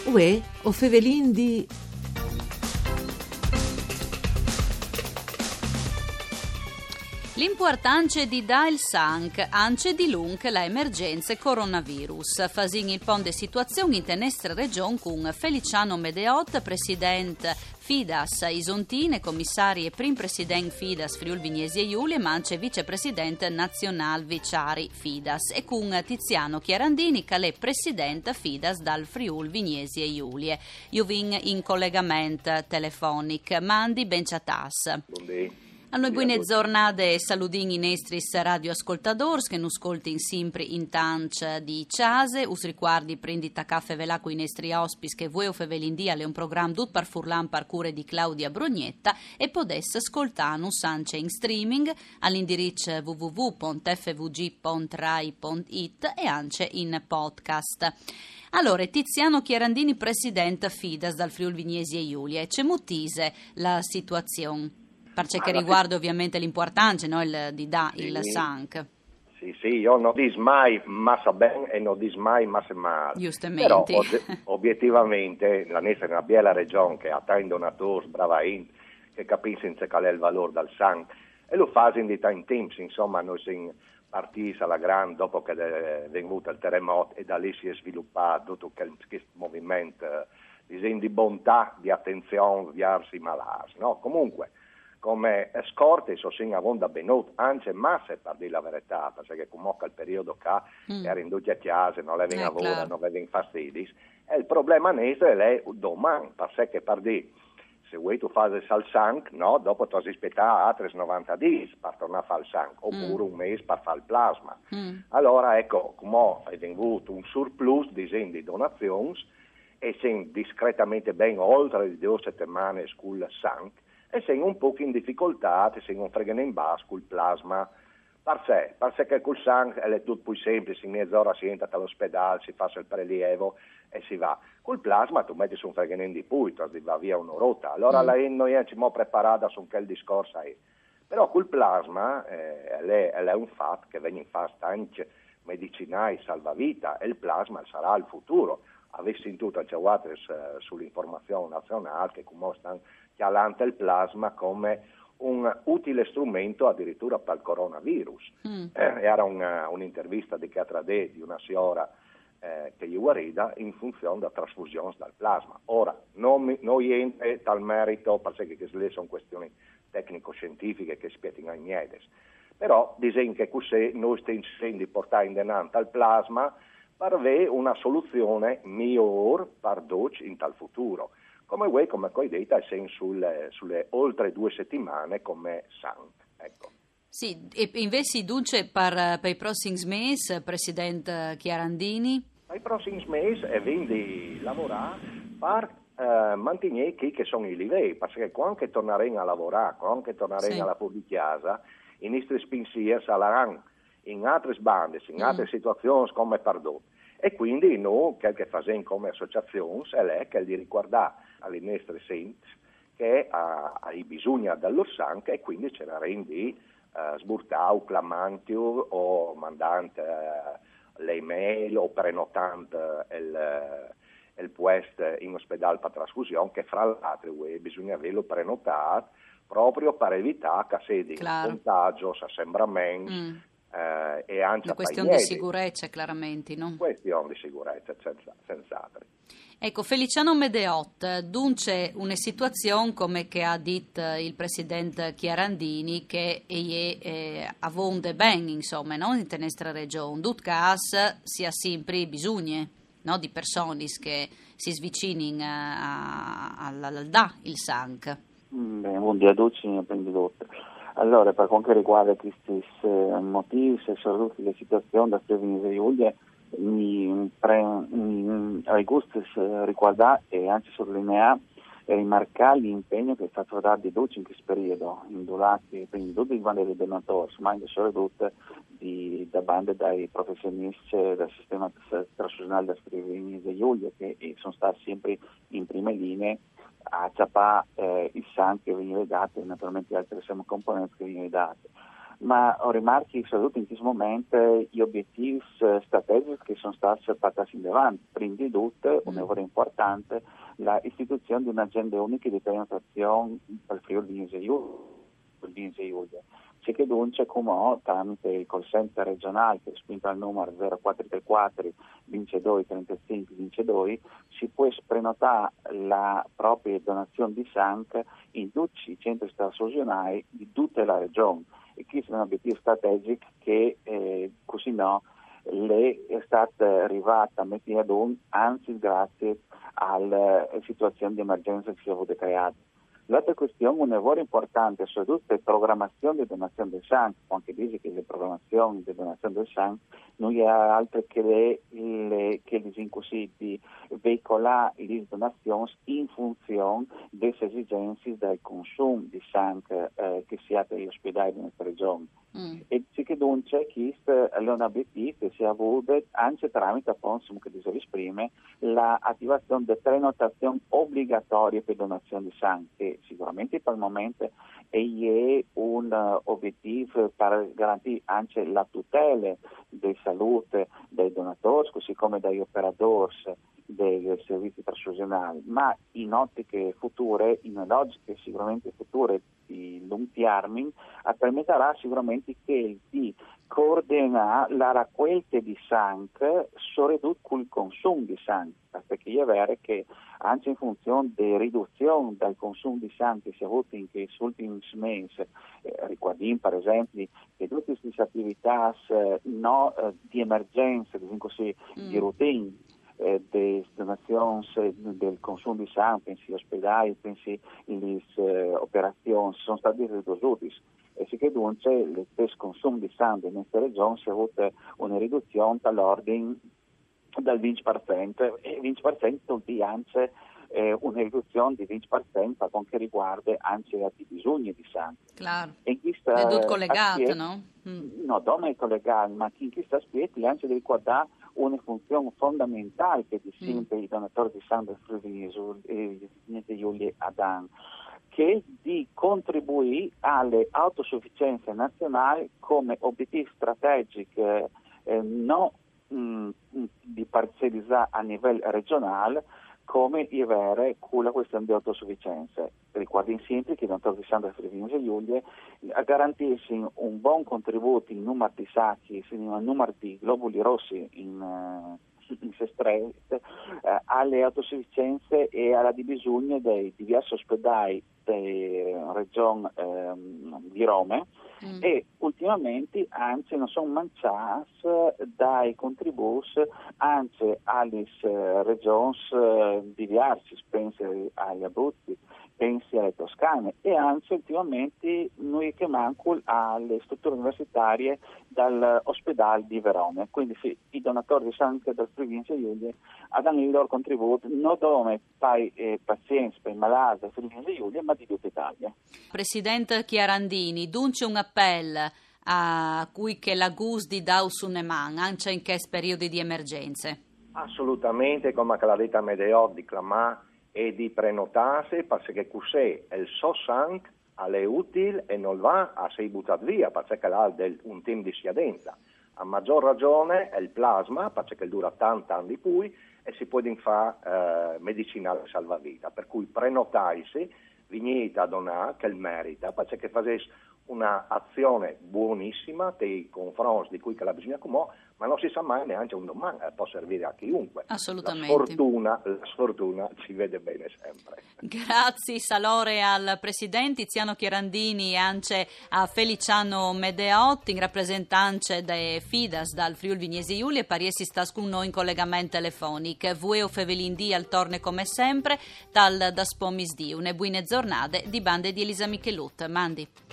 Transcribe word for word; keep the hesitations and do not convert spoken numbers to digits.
Uè, o fevelin di... L'importanza di da il sanc, ance di lung la emergenza coronavirus. Fasin il pon de situazione in tenestre region con Feliciano Medeot, presidente Fidas Isontine, commissario e prim presidente Fidas Friul Vignesi e Giulia, ma anche vicepresidente nazionale Viciari Fidas, e con Tiziano Chiarandini, che è presidente Fidas dal Friul Vignesi e Giulia. Io vin in collegamento telefonico. Mandi benciatas. Buondì. A noi buone giornate e saludini in estris radioascoltadors che non ascoltin sempre in tanch di Ciase. Us riguardi prendita caffè velà con i nostri ospis che voi o fevelindia è un programma tut par furlan par cure di Claudia Brugnetta e podesse ascoltanus anche in streaming all'indirizzo w w w punto f v g punto rai punto it e anche in podcast. Allora, Tiziano Chiarandini, presidente Fidas dal Friul Vignesi e Giulia, c'è mutise la situazione? Perché che riguarda ovviamente l'importanza, no? il, di da sì, il sanc. Sì, sì, io non dis mai massa ben e non dis mai massa male. Giustamente. Però ob- obiettivamente la nostra è una bella regione che ha tanti donatori, brava in, che capiscono qual è il valore del sanc e lo fanno in time teams, insomma noi siamo partiti alla grande dopo che è venuto il terremoto e da lì si è sviluppato tutto questo movimento eh, di bontà, di attenzione verso i malati, no? Comunque come scorte sono in avonda benut, anche masse per dire la verità, perché comunque il periodo che mm. era in tutti a chiesa, non avevano eh, lavoro, claro. non avevano fastidi, e il problema nostro è domani, perché per dire, se vuoi tu fai il sanc, no, dopo tu aspettare altri novanta giorni per tornare a fare il sanc, oppure mm. un mese per fare il plasma. Mm. Allora ecco, come è venuto un surplus di, di donazioni, e siamo discretamente ben oltre le due settimane sul sanc, e siamo un po' in difficoltà, e siamo un fregano in basso col plasma, perché? Perché col sangue è tutto più semplice, in mezz'ora si entra all'ospedale, si fa il prelievo e si va. Col plasma tu metti su un fregano di pui, ti va via un'orota, allora mm. la, noi ci siamo preparati su quel discorso ahí. Però col plasma eh, è, è un fatto che viene fatto anche medicinali salvavita e il plasma sarà il futuro. Avessi sentito anche eh, sull'informazione nazionale che come stanno chialante il plasma come un utile strumento addirittura per il coronavirus. Mm. Eh, era una, un'intervista di Catradè di una signora eh, che io guarida in funzione della trasfusione dal plasma. Ora, non, non niente tal merito, perché queste sono questioni tecnico-scientifiche che spiegano ai miei. Però disegno che così noi stiamo di portare in denante al plasma per avere una soluzione migliore per doci in tal futuro. Come voi, come poi dite, siamo sulle, sulle oltre due settimane come sanc. Ecco. Sì, e invece dunque per, per i prossimi mesi, Presidente Chiarandini? Per i prossimi mesi è di lavorare per eh, mantenere chi che sono i livelli, perché quando torneremo a lavorare, quando torneremo sì. alla pubblica, i nostri pensieri saranno in altre bande, in altre mm. situazioni come pardon. E quindi noi, quel che facciamo come associazione, è che di ricordare alle nostre senti che hai bisogno dello sanc e quindi ce la rendi uh, sburtau, clamantio o mandante uh, l'email o prenotante il, il puesto in ospedale per trasfusione, che fra l'altro uh, bisogna averlo prenotato proprio per evitare che se di contagio, assembramenti, mm. Eh, e anche una questione di sicurezza, chiaramente, no? Questione di sicurezza, senza, senz'altro. Ecco, Feliciano Medeot, dunque una situazione come che ha detto il presidente Chiarandini che è eh, avonde ben, insomma, no? In nostra regione, in cas sia sempre bisogno, no? Di persone che si svicinin al da il sanc. Bene, buongiorno a tutti, imprenditori. Allora, per quanto riguarda questi motivi, se sono tutte le situazioni da prevenire Giulia, mi, pre, mi gusta ricordare e anche sottolineare e rimarcare l'impegno che è stato dato in questo periodo, indolati quindi tutti i bandi dei donatori, ma anche soprattutto di, da bande dai professionisti del sistema trasfusionale da Friuli di Giulia, che sono stati sempre in prima linea a ciapà eh, il sangue che veniva dato e naturalmente altre componenti che venivano date. ma rimarchi soprattutto in questo momento gli obiettivi strategici che sono stati portati in avanti. Prima di tutto, un lavoro importante, l'istituzione di un'agenda unica di prenotazione per il Friuli Venezia Giulia. C'è che dunque, come ho, tramite il call center regionale che è spinto al numero zero quattro tre quattro ventidue trentacinque ventidue, si può prenotare la propria donazione di sangue in tutti i centri trasfusionali di tutta la regione. E questo è un obiettivo strategico che eh, così no le è stata arrivata a mettere ad un, anzi grazie alla situazione di emergenza che si è avuta creata. L'altra questione, un lavoro importante, soprattutto è programmazione di donazione del sangue, anche dice che le programmazioni di donazione del sangue non è altro che le, le che le così di veicolare le donazioni in funzione delle esigenze del consumo di sangue eh, che si ha negli ospedali della nostra regione. Mm. E sì che dunque questo è un obiettivo che si è avuto anche tramite appunto, che si esprime, l'attivazione di prenotazione obbligatoria per donazione di sangue, che sicuramente per il momento è un uh, obiettivo per garantire anche la tutela della salute dei donatori, così come degli operatori dei servizi trasfusionali, ma in ottiche future, in logiche sicuramente future di long termine, permetterà sicuramente che di coordinare la raccolta di sangue soprattutto con il consumo di sangue, perché è vero che anche in funzione della riduzione del consumo di sangue che si è avuto in questi ultimi mesi, eh, ricordiamo per esempio che tutte queste attività eh, no, eh, di emergenza, così, mm. di routine, Eh, delle donazioni eh, del consumo di sangue, pensi agli ospedali, pensi alle eh, operazioni, sono stati ridotti e si che dunque il consumo di sangue in questa regione si è avuta una riduzione all'ordine del venti per cento e il venti per cento di anche eh, una riduzione di venti per cento per quanto riguarda anche i bisogni di sangue. Claro, e questa, è tutto collegato, aspetto, no? Mm. No, non è collegato, ma in questo aspetto anche devi guardare una funzione fondamentale che distingue mm. i donatori di sangue Friuli Venezia Giulia Adan, che è di contribuire alle autosufficienze nazionali come obiettivo strategico eh, non mh, di parcellizzare a livello regionale, come è vero con la questione di autosufficienza. Ricordi sempre che i donatori di sangue Friuli Venezia Giulia garantisce un buon contributo in numero di sacchi, in numero di globuli rossi in, uh, in se strette, uh, alle autosufficienze e alla divisione dei diversi ospedali della regione um, di Roma mm. e ultimamente anzi non sono manciati dai contributi anche alle uh, regioni uh, diverse, pensi agli Abruzzi, pensi alle Toscane e anzi ultimamente noi che manco alle strutture universitarie dall'ospedale di Verona. Quindi sì, i donatori di sangue del Friuli Venezia Giulia danno il loro contributo non solo per i eh, pazienti, per i malati del Friuli Venezia Giulia, ma di tutta Italia. Presidente Chiarandini, dunque un appello a cui che la G U S di Dausuneman, anche in questo periodo di emergenze. Assolutamente, come l'ha detto Medeo, di clamare e di prenotarsi perché così il suo sangue è utile e non va a essere buttato via perché ha del, un team di scadenza. A maggior ragione è il plasma perché dura tanti anni di cui e si può fare eh, medicinale salvavita, per cui prenotarsi, venite a donare che il merita perché facesse un'azione buonissima nei confronti di cui che la bisogna comò, ma non si sa mai neanche un domani, eh, può servire a chiunque. Assolutamente. La sfortuna, la sfortuna ci vede bene sempre. Grazie Salore al Presidente Tiziano Chiarandini e anche a Feliciano Medeotti in rappresentanza dei Fidas dal Friuli Venezia Giulia e pariesi sta con noi in collegamento telefonico. Vueo Fevelindì al torne come sempre, tal da spomisdì. Une buone giornate di bande di Elisa Michelut. Mandi.